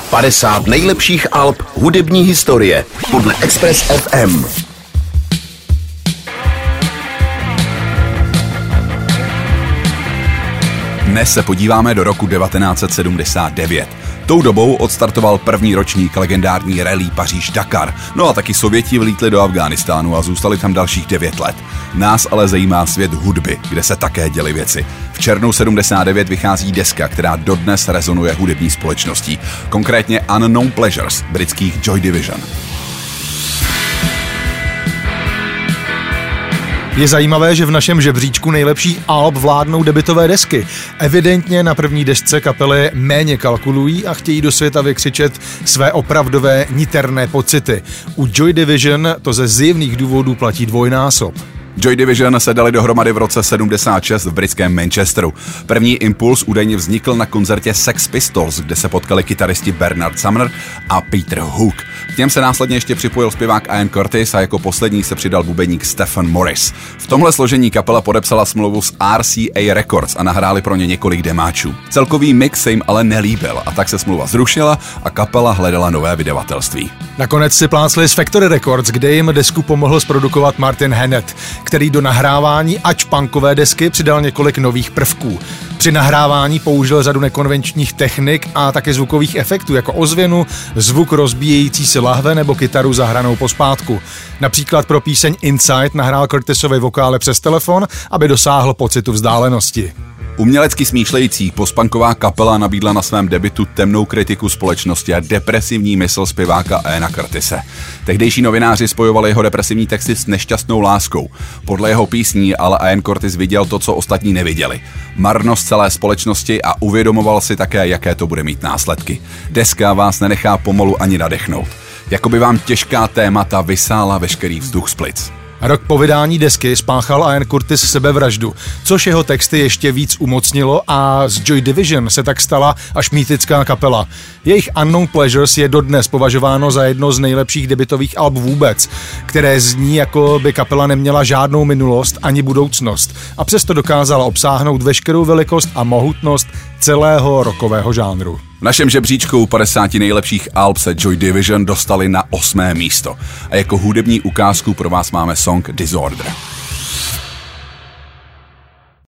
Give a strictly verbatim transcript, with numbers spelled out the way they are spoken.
padesát nejlepších alb hudební historie podle Express F M. Dnes se podíváme do roku devatenáct set sedmdesát devět. Tou dobou odstartoval první ročník legendární rally Paříž-Dakar. No a taky Sověti vlítli do Afghánistánu a zůstali tam dalších devět let. Nás ale zajímá svět hudby, kde se také děly věci. V červnu sedmdesát devět vychází deska, která dodnes rezonuje hudební společností. Konkrétně Unknown Pleasures britských Joy Division. Je zajímavé, že v našem žebříčku nejlepší alb vládnou debutové desky. Evidentně na první desce kapely méně kalkulují a chtějí do světa vykřičet své opravdové niterné pocity. U Joy Division to ze zjevných důvodů platí dvojnásob. Joy Division se dali dohromady v roce sedmdesát šest v britském Manchesteru. První impuls údajně vznikl na koncertě Sex Pistols, kde se potkali kytaristi Bernard Sumner a Peter Hook. K těm se následně ještě připojil zpěvák Ian Curtis a jako poslední se přidal bubeník Stephen Morris. V tomhle složení kapela podepsala smlouvu s R C A Records a nahráli pro ně několik demáčů. Celkový mix se jim ale nelíbil a tak se smlouva zrušila a kapela hledala nové vydavatelství. Nakonec si plácli z Factory Records, kde jim desku pomohl zprodukovat Martin Hannett, který do nahrávání ač punkové desky přidal několik nových prvků. Při nahrávání použil řadu nekonvenčních technik a také zvukových efektů, jako ozvěnu, zvuk rozbíjející se lahve nebo kytaru zahranou pospátku. Například pro píseň Inside nahrál Curtisovi vokály přes telefon, aby dosáhl pocitu vzdálenosti. Umělecky smýšlející postpunková kapela nabídla na svém debutu temnou kritiku společnosti a depresivní mysl zpěváka Iana Curtise. Tehdejší novináři spojovali jeho depresivní texty s nešťastnou láskou. Podle jeho písní ale Ian Curtis viděl to, co ostatní neviděli. Marnost celé společnosti a uvědomoval si také, jaké to bude mít následky. Deska vás nenechá pomalu ani nadechnout. Jakoby vám těžká témata vysála veškerý vzduch z plic. Rok po vydání desky spáchal Ian Curtis sebevraždu, což jeho texty ještě víc umocnilo a z Joy Division se tak stala až mýtická kapela. Jejich Unknown Pleasures je dodnes považováno za jedno z nejlepších debutových alb vůbec, které zní, jako by kapela neměla žádnou minulost ani budoucnost a přesto dokázala obsáhnout veškerou velikost a mohutnost celého rockového žánru. V našem žebříčku padesáti nejlepších alb se Joy Division dostali na osmé místo. A jako hudební ukázku pro vás máme song Disorder.